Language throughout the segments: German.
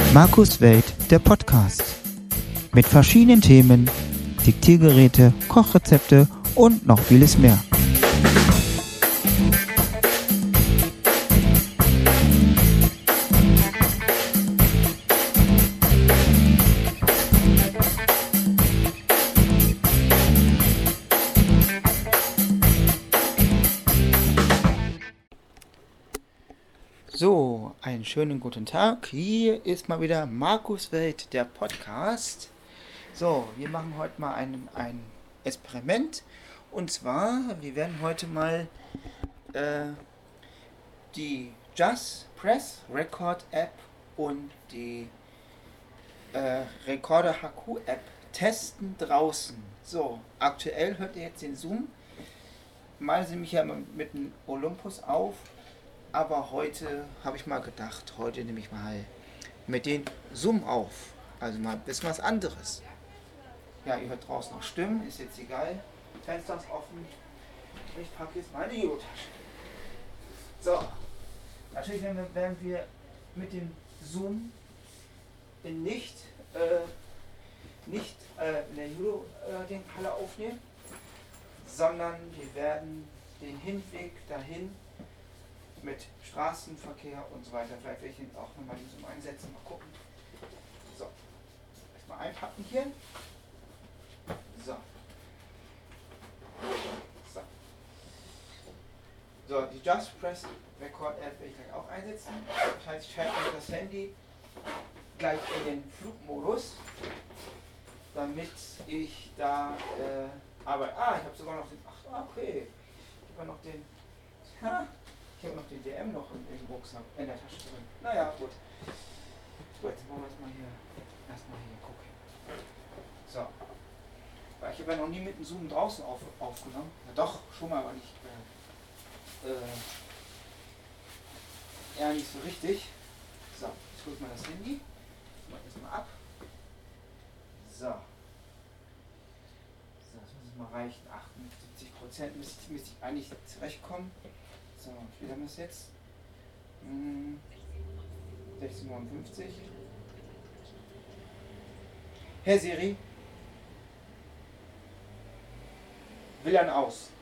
Markus Welt, der Podcast. Mit verschiedenen Themen, Diktiergeräte, Kochrezepte und noch vieles mehr. So, einen schönen guten Tag. Hier ist mal wieder Markus Welt, der Podcast. So, wir machen heute mal ein Experiment. Und zwar, wir werden heute mal die Just Press Record App und die Recorder HQ App testen draußen. So, aktuell hört ihr jetzt den Zoom. Mal Sie mich ja mit dem Olympus auf. Aber heute habe ich mal gedacht, heute nehme ich mal mit den Zoom auf. Also mal ein bisschen was anderes. Ja, ihr hört draußen noch Stimmen, ist jetzt egal. Fenster ist offen. Ich packe jetzt meine Jotasche. So, natürlich werden wir mit dem Zoom nicht in der Judo-Halle aufnehmen, sondern wir werden den Hinweg dahin mit Straßenverkehr und so weiter. Vielleicht werde ich ihn auch nochmal in Zoom einsetzen. Mal gucken. So. Erstmal einpacken hier. So. So. So, die Just Press Record App werde ich gleich auch einsetzen. Das heißt, ich schalte das Handy gleich in den Flugmodus, damit ich da arbeite. Ich habe sogar noch den. Okay. Ich habe noch den. Ich habe noch den DM noch im Rucksack, in der Tasche drin. Naja, gut. Gut, jetzt wollen wir erstmal hier gucken. So. Weil ich habe ja noch nie mit dem Zoom draußen aufgenommen. Ja doch, schon mal, aber nicht. Nicht so richtig. So, jetzt hole ich mal das Handy. Ich mache das mal ab. So. So, das muss mal reichen. 78% müsste ich eigentlich zurechtkommen. So, wie haben wir es jetzt? 16:59. Herr Siri, WLAN aus.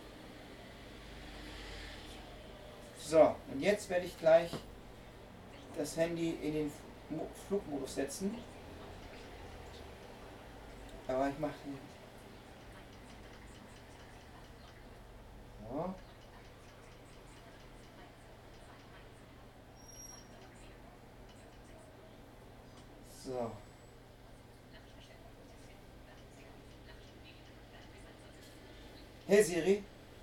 So, und jetzt werde ich gleich das Handy in den Flugmodus setzen. Aber ich mache den. So. So. Hey Siri,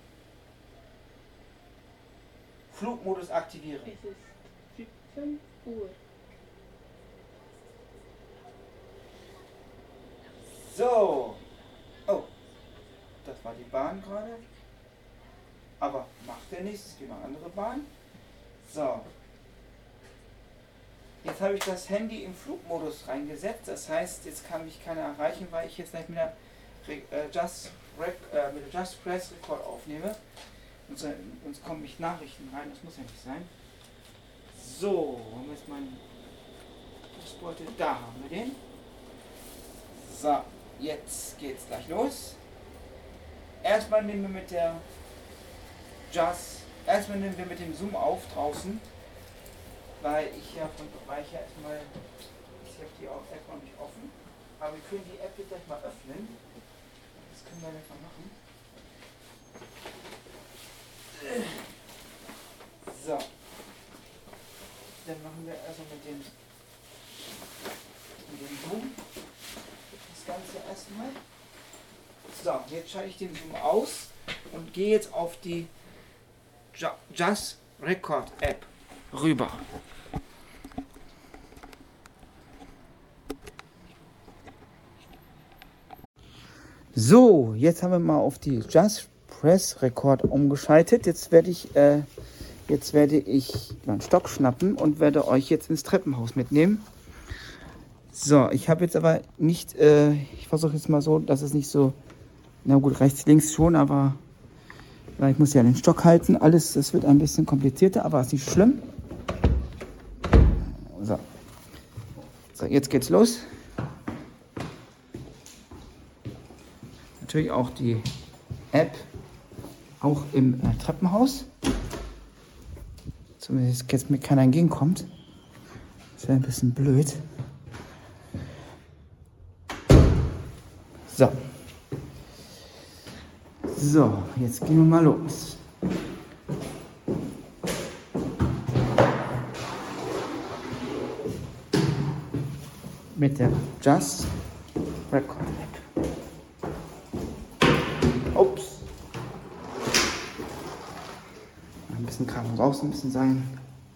Flugmodus aktivieren. Es ist 17 Uhr. So. Oh, das war die Bahn gerade. Aber macht ja nichts, es gibt noch andere Bahn. So. Jetzt habe ich das Handy im Flugmodus reingesetzt, das heißt, jetzt kann mich keiner erreichen, weil ich jetzt gleich mit der Just Press Record aufnehme. Und sonst kommen mich Nachrichten rein, das muss ja nicht sein. So, haben wir jetzt meinen Fußbeutel, da haben wir den. So, jetzt geht's gleich los. Erstmal nehmen wir mit dem Zoom auf draußen. Weil ich erstmal, ich habe die App noch nicht offen, aber wir können die App jetzt gleich mal öffnen. Das können wir jetzt mal machen. So. Dann machen wir also mit dem Zoom das Ganze erstmal. So, jetzt schalte ich den Zoom aus und gehe jetzt auf die Just Record App rüber. So, jetzt haben wir mal auf die Just Press Record umgeschaltet. Jetzt werde ich meinen Stock schnappen und werde euch jetzt ins Treppenhaus mitnehmen. So, ich habe jetzt aber nicht, ich versuche jetzt mal so, dass es nicht so, na gut, rechts, links schon, aber weil ich muss ja den Stock halten. Alles, das wird ein bisschen komplizierter, aber ist nicht schlimm. So. So, jetzt geht's los. Natürlich auch die App, auch im Treppenhaus. Zumindest jetzt mir keiner entgegenkommt. Das wäre ein bisschen blöd. So. So, jetzt gehen wir mal los. Mit der Just Record App. Ups. Ein bisschen Kram muss auch ein bisschen sein.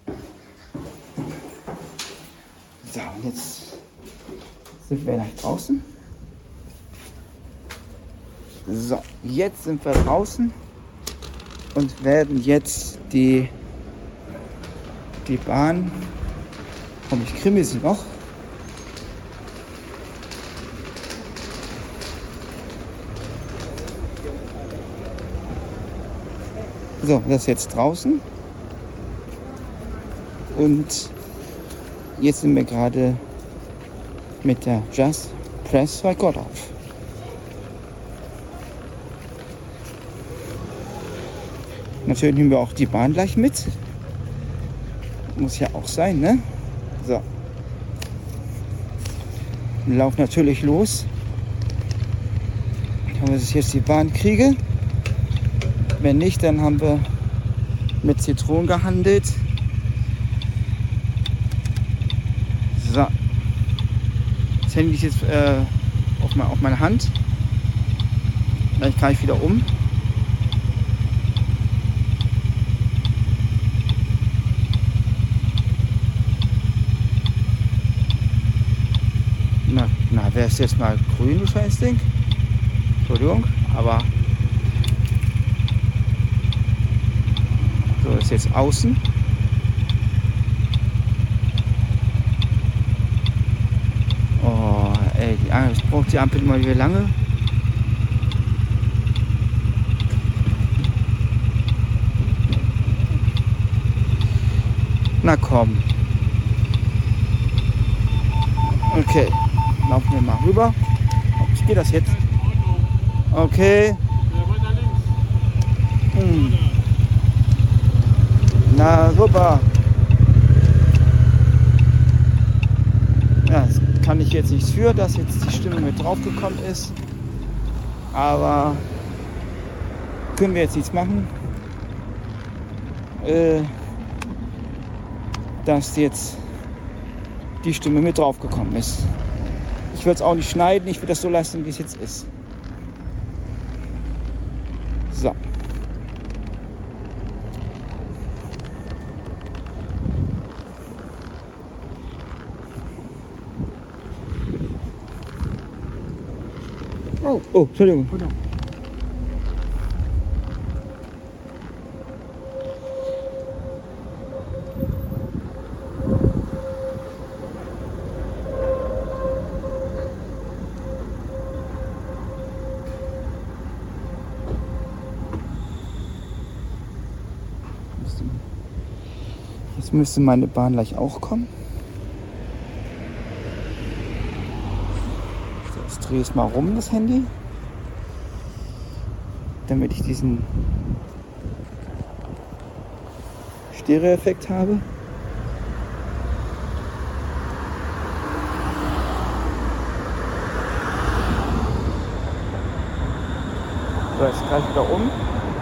So, und jetzt sind wir gleich draußen. So, jetzt sind wir draußen und werden jetzt die Bahn, komm, ich krimme sie noch. So, das ist jetzt draußen und jetzt sind wir gerade mit der Just Press Record auf. Natürlich nehmen wir auch die Bahn gleich mit. Muss ja auch sein, ne? So. Wir laufen natürlich los. Schauen, dass ich jetzt die Bahn kriege. Wenn nicht, dann haben wir mit Zitronen gehandelt. So. Das Handy ist jetzt auf meine Hand. Gleich kann ich wieder um. Na, wäre es jetzt mal grün, das Ding? Entschuldigung, aber so ist jetzt außen. Oh, ey, jetzt braucht die Ampel mal wieder lange. Na komm. Okay, laufen wir mal rüber. Ich gehe das jetzt. Okay. Na super. Ja, das kann ich jetzt nichts für, dass jetzt die Stimme mit draufgekommen ist. Aber können wir jetzt nichts machen. Dass jetzt die Stimme mit draufgekommen ist. Ich würde es auch nicht schneiden, ich würde das so lassen, wie es jetzt ist. So. Oh, Entschuldigung. Jetzt müsste meine Bahn gleich auch kommen. Jetzt drehe ich es mal rum, das Handy, damit ich diesen Stereo-Effekt habe. So, jetzt gleich wieder um.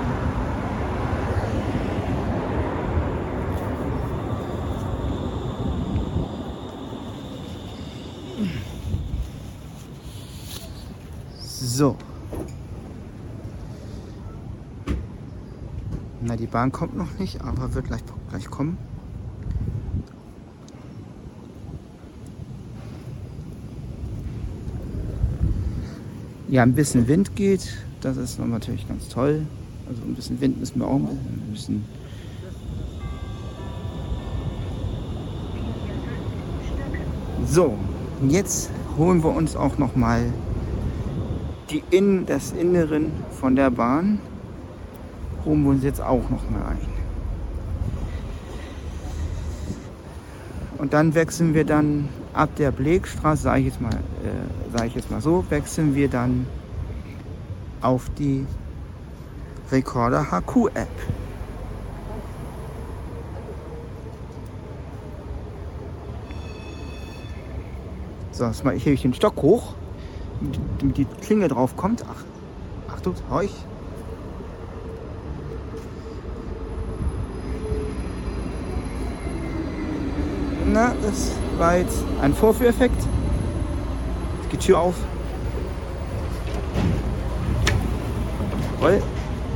So. Na, die Bahn kommt noch nicht, aber wird gleich kommen. Ja, ein bisschen Wind geht, das ist natürlich ganz toll. Also ein bisschen Wind müssen wir auch ein bisschen. So, jetzt holen wir uns auch noch mal das Inneren von der Bahn. Holen wir uns jetzt auch noch mal ein. Und dann wechseln wir dann ab der Belegstraße, sage ich jetzt mal so, wechseln wir dann auf die Recorder HQ App. So, jetzt mal, ich hebe den Stock hoch, damit die Klinge drauf kommt. Achtung, horch. Na, das war jetzt ein Vorführeffekt. Jetzt geht die Tür auf. Jawohl.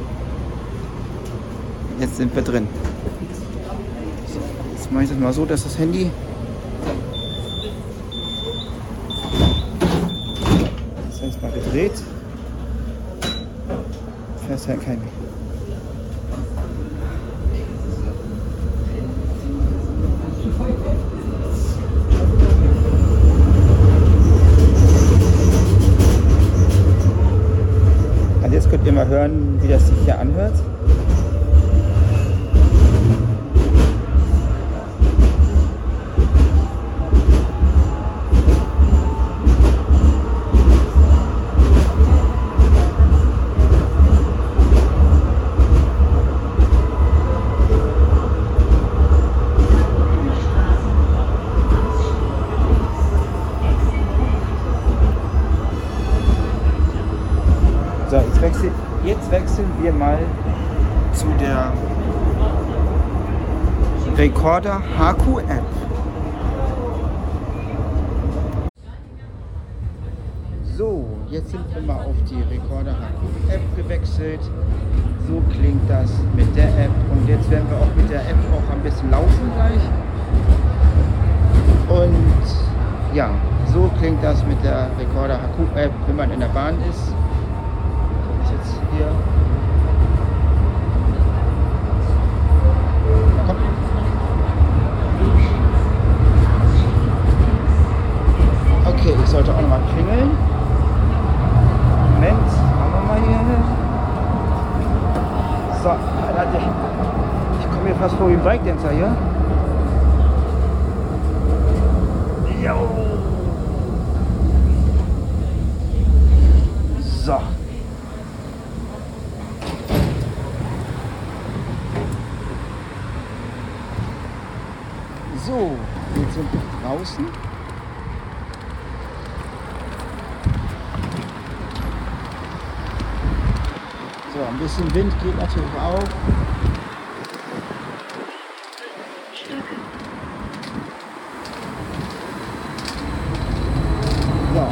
Jetzt sind wir drin. So, jetzt mache ich das mal so, dass das Handy mal gedreht. Festhalten kann ich. Und jetzt könnt ihr mal hören, wie das sich hier anhört. So, jetzt wechseln wir mal zu der Recorder HQ App. So, jetzt sind wir mal auf die Recorder HQ App gewechselt. So klingt das mit der App und jetzt werden wir auch mit der App auch ein bisschen laufen gleich. Und ja, so klingt das mit der Recorder HQ App, wenn man in der Bahn ist. Jetzt hier. Na komm. Okay, ich sollte auch noch mal klingeln. Moment, haben wir mal hier. So, ich komme mir fast vor wie ein Breakdancer hier. Jo. So. So, jetzt sind wir draußen. So, ein bisschen Wind geht natürlich auch. So.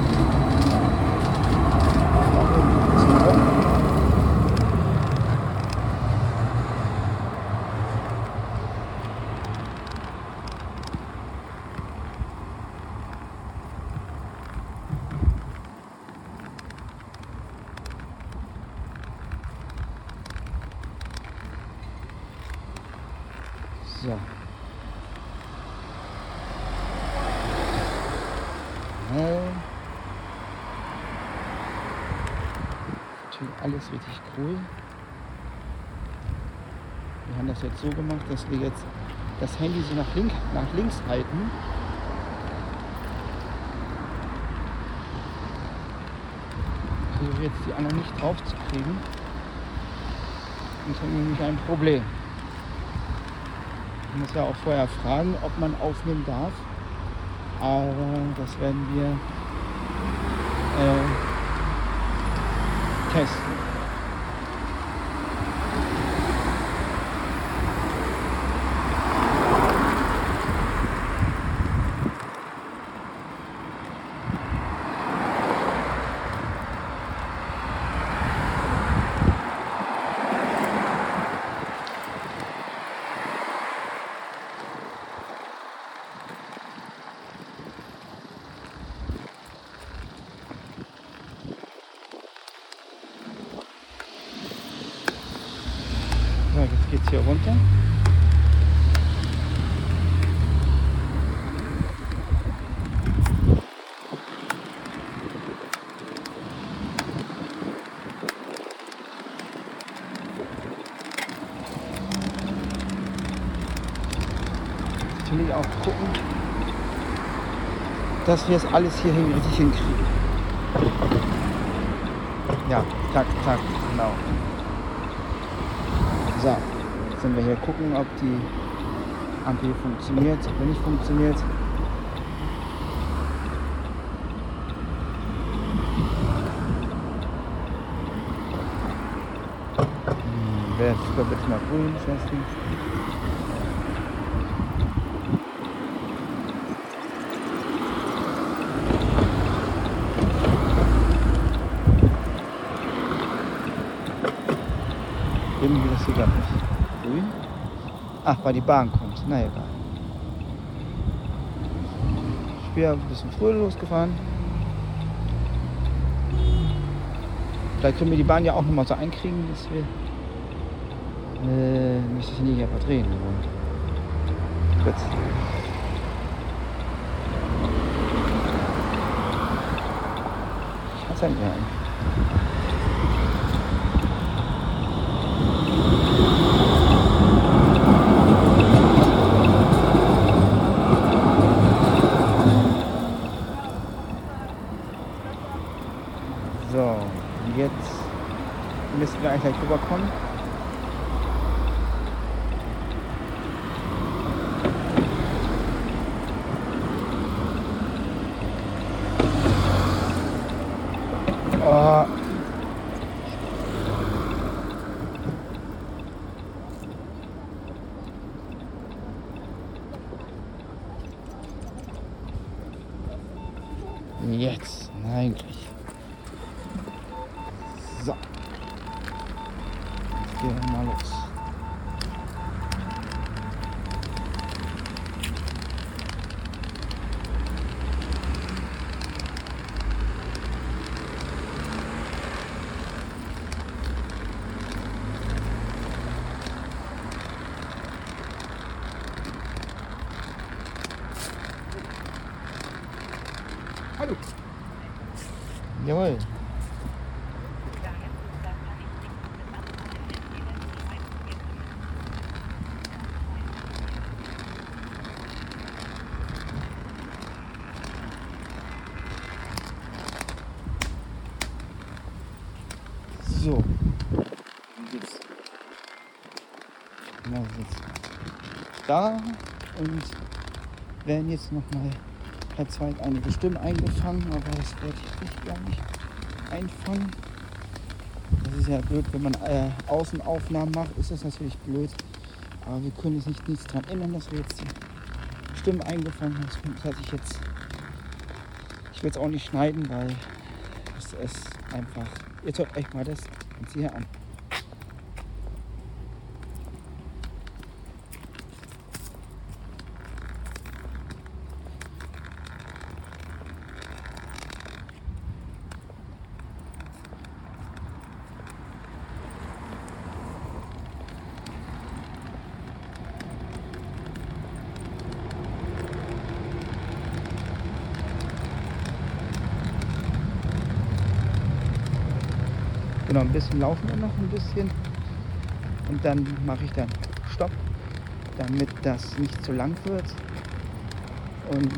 So. Natürlich alles richtig cool. Wir haben das jetzt so gemacht, dass wir jetzt das Handy so nach links halten. Also jetzt die anderen nicht drauf zu kriegen. Das ist nämlich ein Problem. Ich muss ja auch vorher fragen, ob man aufnehmen darf. Aber das werden wir testen. So, jetzt geht's hier runter. Natürlich auch gucken, dass wir es alles hierhin richtig hinkriegen. Ja, zack, zack, genau. So, jetzt sind wir hier gucken, ob die Ampel funktioniert, ob nicht funktioniert. Wäre sogar bitte mal grün, schätzen. Irgendwie das hier gerade nicht grün. Ach, weil die Bahn kommt. Na egal. Ich bin ja ein bisschen früher losgefahren. Vielleicht können wir die Bahn ja auch nochmal so einkriegen, dass wir nicht das hier verdrehen. Gut. Ich hasse nicht mehr an. So, jetzt müssen wir eigentlich gleich rüberkommen. Oh. Jetzt, eigentlich. So. Jetzt gehen wir mal los. Hallo. Jawohl. So. Jetzt. Wir sind jetzt da und werden jetzt nochmal per Zeit einige Stimmen eingefangen, aber das werde ich gar nicht einfangen. Das ist ja blöd, wenn man Außenaufnahmen macht, ist das natürlich blöd. Aber wir können jetzt nichts daran ändern, dass wir jetzt die Stimmen eingefangen haben. Das heißt, ich will es auch nicht schneiden, weil es ist einfach. Jetzt hört euch mal das jetzt hier an. Genau, ein bisschen laufen wir noch ein bisschen und dann mache ich dann Stopp, damit das nicht zu lang wird. Und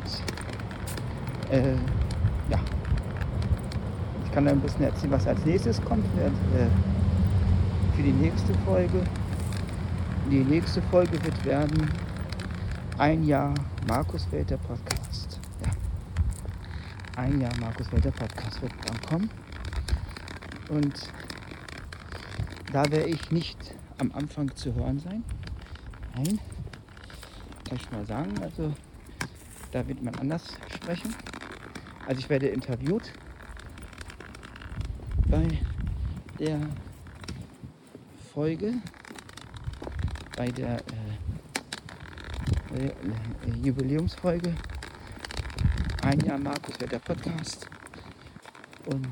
ja, ich kann dann ein bisschen erzählen, was als nächstes kommt für die nächste Folge. Die nächste Folge wird werden ein Jahr Markus Welter Podcast. Ja, ein Jahr Markus Welter Podcast wird dann kommen. Und da werde ich nicht am Anfang zu hören sein. Nein, kann ich mal sagen. Also da wird man anders sprechen. Also ich werde interviewt bei der Folge, bei der Jubiläumsfolge. Ein Jahr Markus Welter Podcast. Und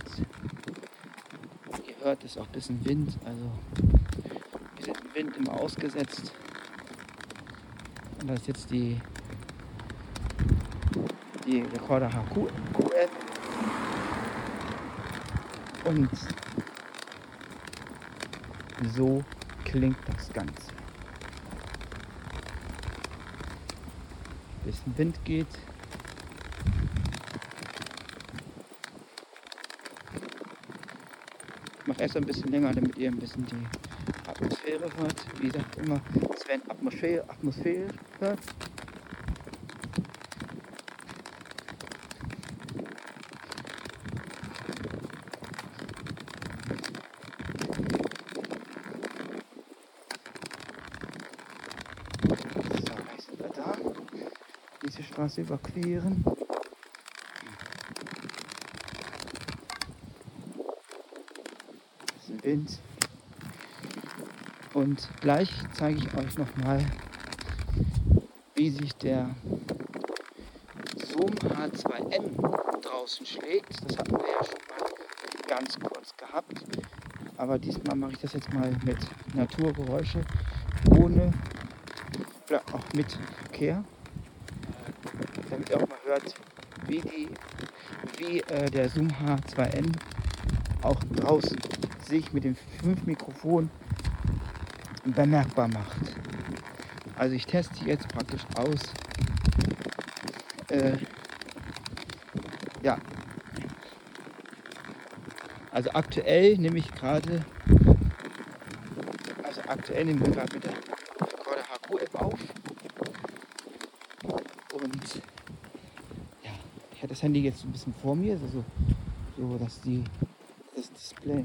ihr hört, es auch ein bisschen Wind, also wir sind dem Wind immer ausgesetzt. Und das ist jetzt die Recorder HQ-App. Und so klingt das Ganze. Ein bisschen Wind geht. mache erst ein bisschen länger, damit ihr ein bisschen die Atmosphäre hört. Wie gesagt, immer Sven Atmosphäre hört. So, gleich sind wir da. Diese Straße überqueren. Das ist ein Wind. Und gleich zeige ich euch nochmal, wie sich der Zoom H2N draußen schlägt. Das hatten wir ja schon mal ganz kurz gehabt. Aber diesmal mache ich das jetzt mal mit Naturgeräusche, ohne, oder auch mit Verkehr, damit ihr auch mal hört, wie der Zoom H2N auch draußen sich mit dem 5 Mikrofon bemerkbar macht. Also ich teste jetzt praktisch aus, ja, also aktuell nehme wir gerade mit der Recorder HQ App auf und ja, ich habe das Handy jetzt ein bisschen vor mir, so dass das Display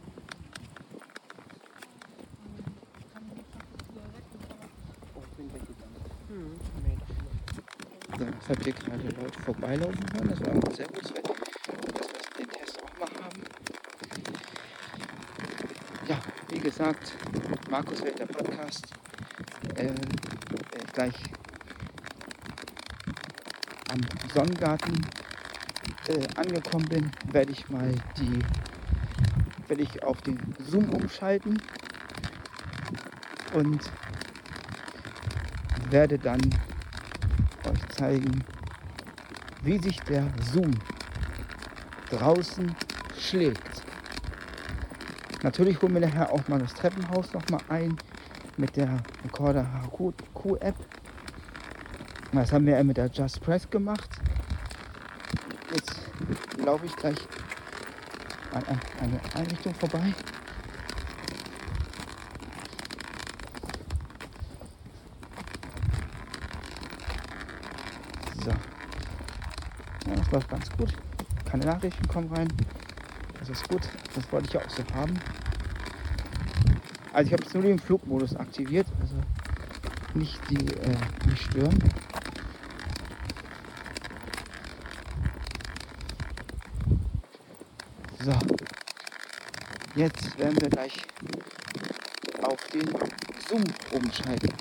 so, das habt ihr gerade Leute vorbeilaufen hören, das war auch sehr gut, dass wir den Test auch mal haben. Ja, wie gesagt, Markus Welt, der Podcast, wenn ich gleich am Sonnengarten angekommen bin, werde ich auf den Zoom umschalten und werde dann euch zeigen, wie sich der Zoom draußen schlägt. Natürlich holen wir nachher auch mal das Treppenhaus noch mal ein mit der Recorder HQ App. Das haben wir ja mit der Just Press gemacht. Jetzt laufe ich gleich an eine Einrichtung vorbei. So. Ja, das läuft ganz gut. Keine Nachrichten kommen rein. Das ist gut. Das wollte ich ja auch so haben. Also ich habe jetzt nur den Flugmodus aktiviert. Also nicht stören. So. Jetzt werden wir gleich auf den Zoom umschalten.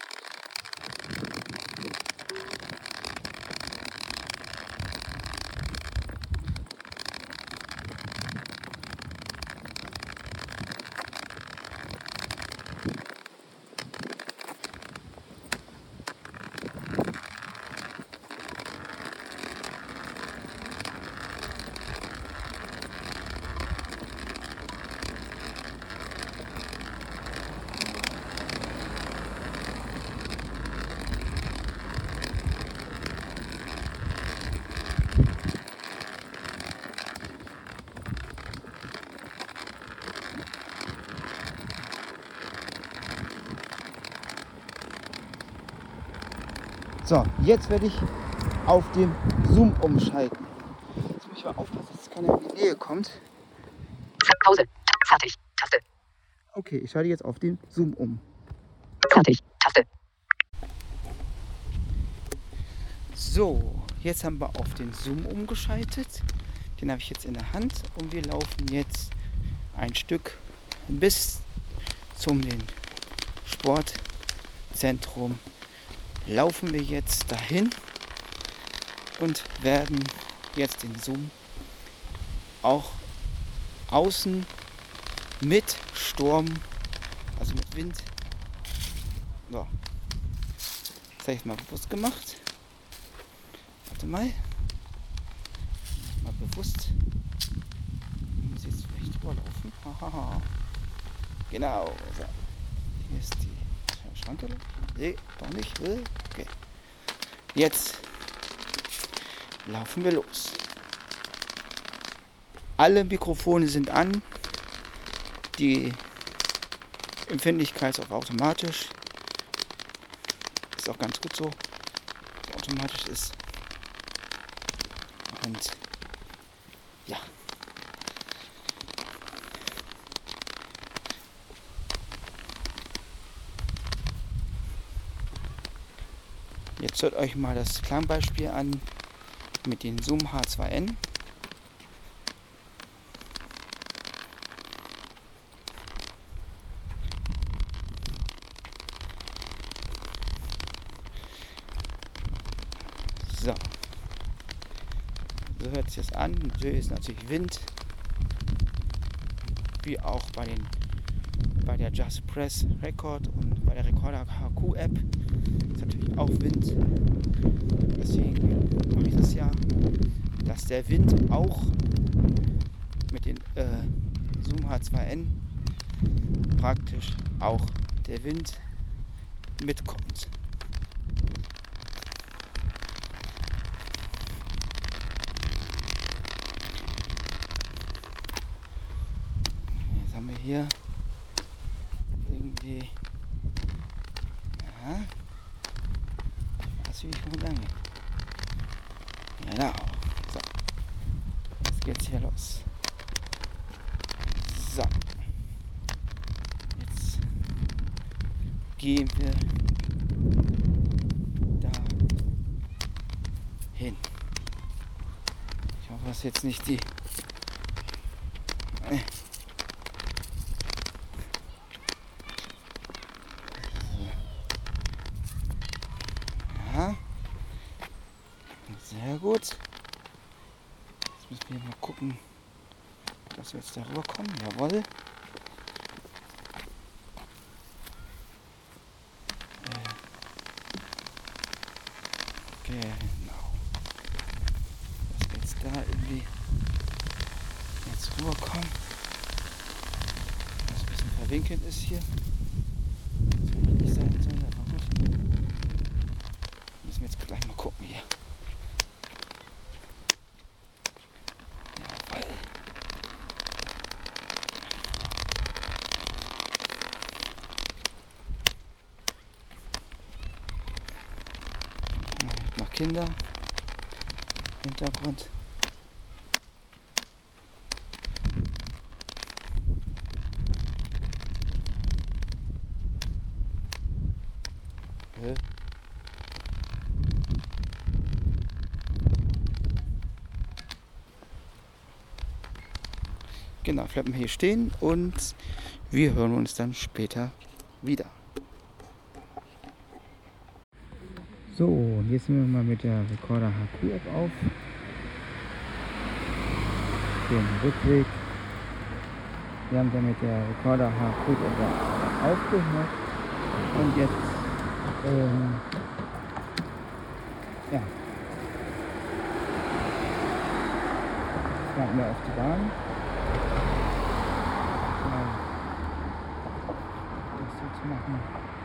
So, jetzt werde ich auf den Zoom umschalten. Jetzt muss ich mal aufpassen, dass keiner in die Nähe kommt. Pause. Fertig. Taste. Okay, ich schalte jetzt auf den Zoom um. Fertig. Taste. So, jetzt haben wir auf den Zoom umgeschaltet. Den habe ich jetzt in der Hand und wir laufen jetzt ein Stück bis zum Sportzentrum. Laufen wir jetzt dahin und werden jetzt den Zoom auch außen mit Sturm, also mit Wind, so, das habe ich mal bewusst gemacht. Warte mal bewusst. Ich muss jetzt vielleicht drüber laufen. Hahaha. Genau. So. Hier ist die Schranke. Nee, doch nicht. Okay. Jetzt laufen wir los. Alle Mikrofone sind an. Die Empfindlichkeit ist auf automatisch. Ist auch ganz gut so, dass es automatisch ist. Und ja. Jetzt hört euch mal das Klangbeispiel an mit dem Zoom H2N. So. So hört sich das an. Natürlich ist natürlich Wind. Wie auch bei der Just Press Record und bei der Recorder HQ App. Ist natürlich auch Wind. Deswegen mache ich das ja, dass der Wind auch mit dem Zoom H2N praktisch auch der Wind mitkommt. Jetzt haben wir hier irgendwie, ja, was will ich wohl lange? Genau. So. Jetzt geht's hier los. So. Jetzt gehen wir da hin. Ich hoffe, dass jetzt nicht die ja. Sehr gut. Jetzt müssen wir mal gucken, dass wir jetzt darüber kommen. Jawohl. Genau. Dass wir jetzt da irgendwie jetzt rüberkommen. Was ein bisschen verwinkelt ist hier. Das soll nicht sein sollen, aber gut. Müssen wir jetzt gleich mal gucken hier. Noch Kinder im Hintergrund. Genau, bleiben wir hier stehen und wir hören uns dann später wieder. So, und jetzt sind wir mal mit der Recorder HQ App auf. Den Rückweg. Wir haben dann mit der Recorder HQ App aufgehört. Und jetzt, ja, fahren wir auf die Bahn. Das so zu machen.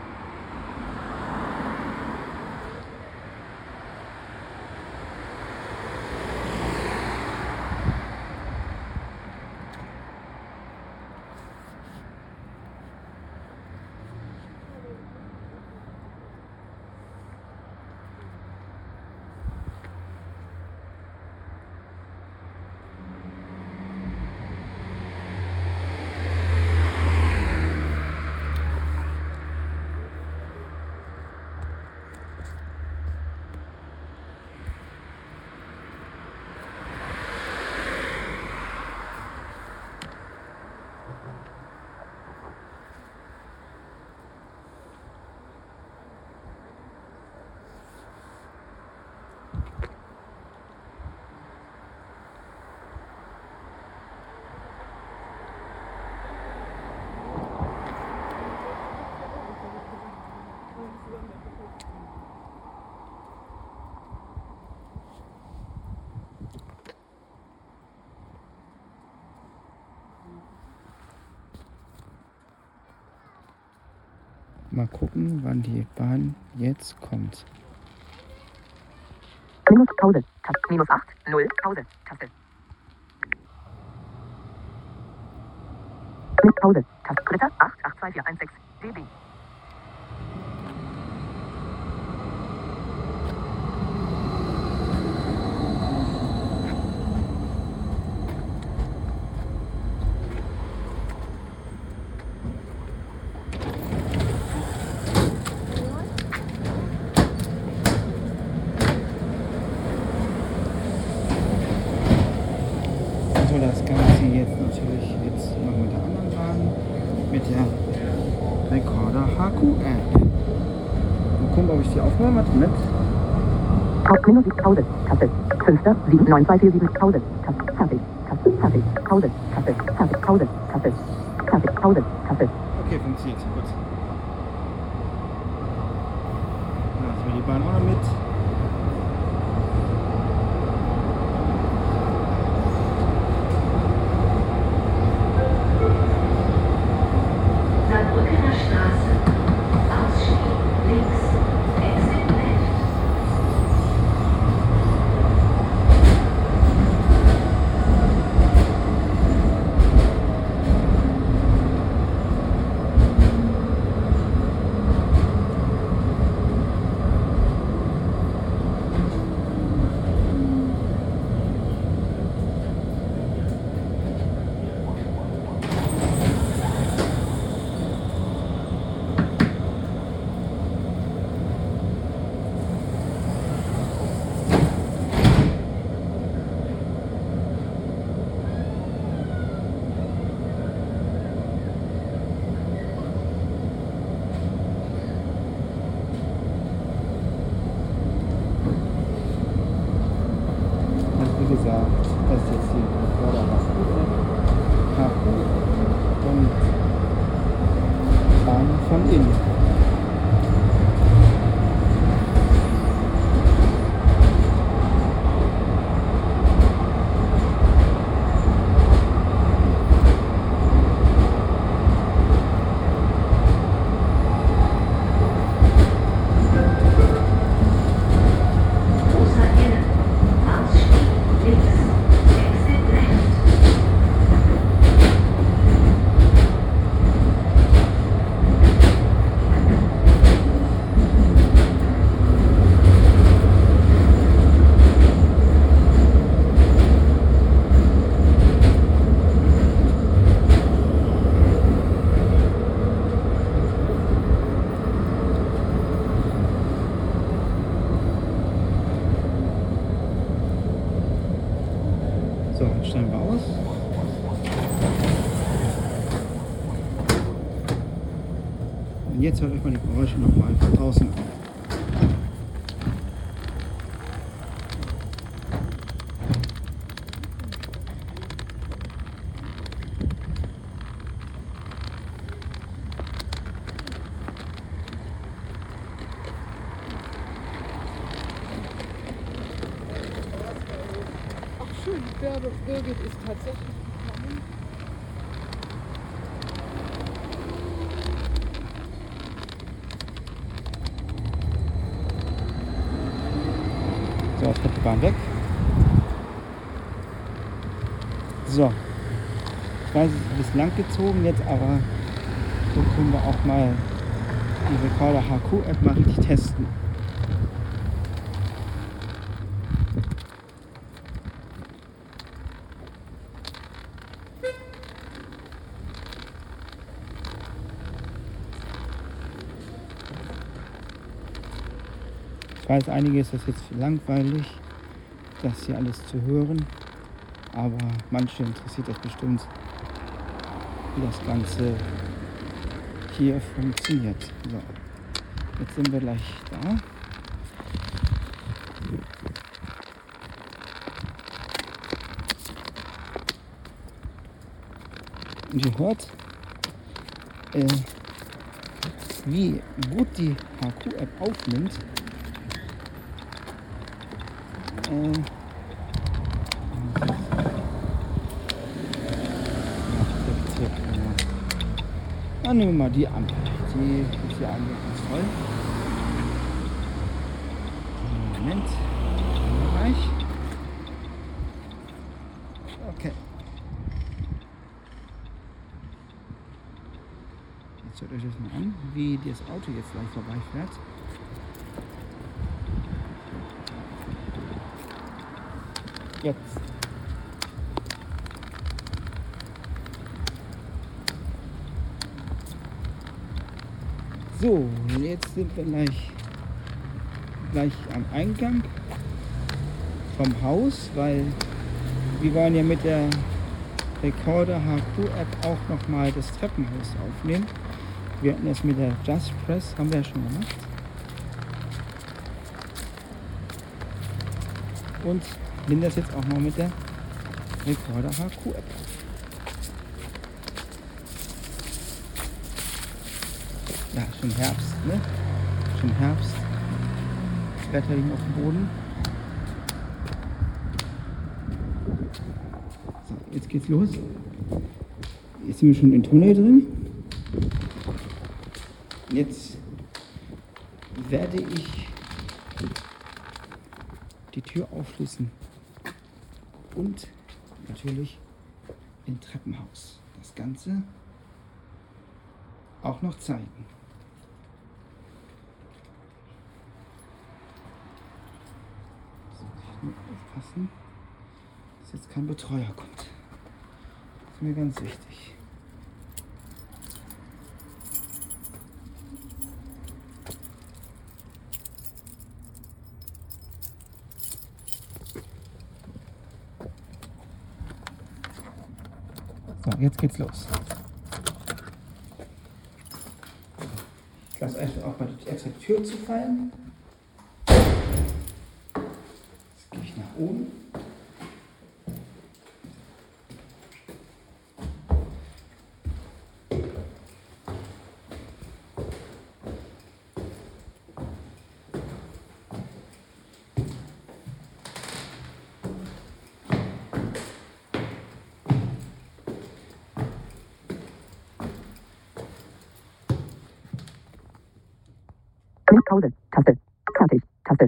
Mal gucken, wann die Bahn jetzt kommt. Minus Pause. Taste. Minus 8. 0. Pause. Taste. Pause. Taste. Dritter. 882416. DB. So, das Ganze jetzt natürlich noch mit der anderen Bahn, mit der Recorder HQ App. Mal gucken, ob ich die aufnehme. Mit. Minus Pause. Taste. 5. 79247. Pause. Taste. Fertig. Taste. Fertig. Pause. Taste. Fertig. Pause. Taste. Fertig. Pause. Taste. Okay, funktioniert. Gut. Lassen wir die Bahn auch noch mit. Saarbrückener Straße. Ausstieg links. Exit left. Wie gesagt, das ist jetzt die Recorder HQ und Bahn von innen. Großer Innen. Ausstieg links. Exit left. So, dann stellen wir aus. Und jetzt hört euch mal die Geräusche nochmal von draußen an. Ach schön, Bärbe Birgit ist tatsächlich gekommen. So, jetzt fährt die Bahn weg. So. Ich weiß, es ist ein bisschen lang gezogen jetzt, aber so können wir auch mal die Recorder HQ App mal richtig testen. Ich weiß, einige ist das jetzt langweilig, das hier alles zu hören, aber manche interessiert das bestimmt, wie das Ganze hier funktioniert. So, jetzt sind wir gleich da. Und ihr hört, wie gut die HQ-App aufnimmt. Dann nehmen wir mal die Ampel. Die ist ja eigentlich ganz toll. Moment. Bereich. Okay. Schaut euch das mal an, wie das Auto jetzt gleich vorbeifährt. Jetzt. So, jetzt sind wir gleich am Eingang vom Haus, weil wir wollen ja mit der Recorder HQ App auch nochmal das Treppenhaus aufnehmen. Wir hatten das mit der Just Press, haben wir ja schon gemacht. Und nehmen das jetzt auch noch mit der Recorder HQ App. Ja, schon Herbst, ne? Schon Herbst. Blätter liegen auf dem Boden. So, jetzt geht's los. Jetzt sind wir schon im Tunnel drin. Jetzt werde ich die Tür aufschließen und natürlich im Treppenhaus das Ganze auch noch zeigen. So, ich muss aufpassen, dass jetzt kein Betreuer kommt. Das ist mir ganz wichtig. So, jetzt geht's los. Ich lasse einfach auch mal die extra Tür zu fallen. Jetzt gehe ich nach oben. Pause. Taste. Fertig. Taste.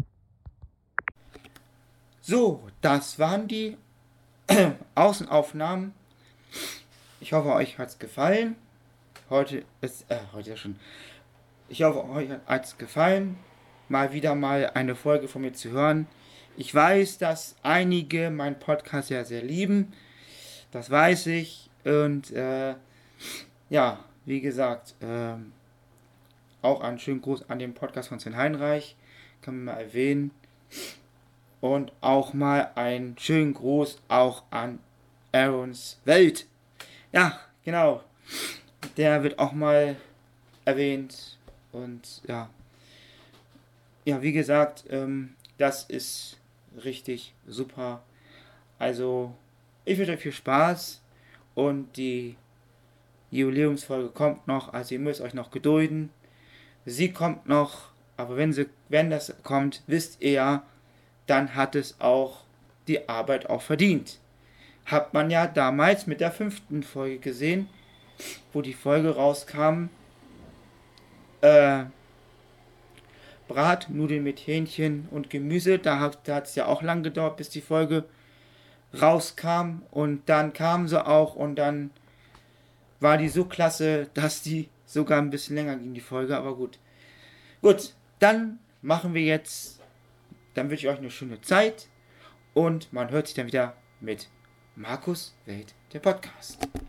So, das waren die Außenaufnahmen. Ich hoffe, euch hat es gefallen. Heute ja schon. Ich hoffe, euch hat es gefallen, mal wieder mal eine Folge von mir zu hören. Ich weiß, dass einige meinen Podcast ja sehr lieben. Das weiß ich. Und ja, wie gesagt, auch einen schönen Gruß an den Podcast von Sven Heinreich. Kann man mal erwähnen. Und auch mal einen schönen Gruß auch an Aarons Welt. Ja, genau. Der wird auch mal erwähnt. Und ja. Ja, wie gesagt, das ist richtig super. Also, ich wünsche euch viel Spaß. Und die Jubiläumsfolge kommt noch. Also, ihr müsst euch noch gedulden. Sie kommt noch. Aber wenn das kommt, wisst ihr ja, dann hat es auch die Arbeit auch verdient. Hat man ja damals mit der 5. Folge gesehen, wo die Folge rauskam. Bratnudeln mit Hähnchen und Gemüse. Da hat es ja auch lang gedauert, bis die Folge rauskam. Und dann kam sie auch und dann war die so klasse, dass die sogar ein bisschen länger ging, die Folge. Aber gut. Gut, dann machen wir jetzt. Dann wünsche ich euch eine schöne Zeit. Und man hört sich dann wieder mit Markus Welt, der Podcast.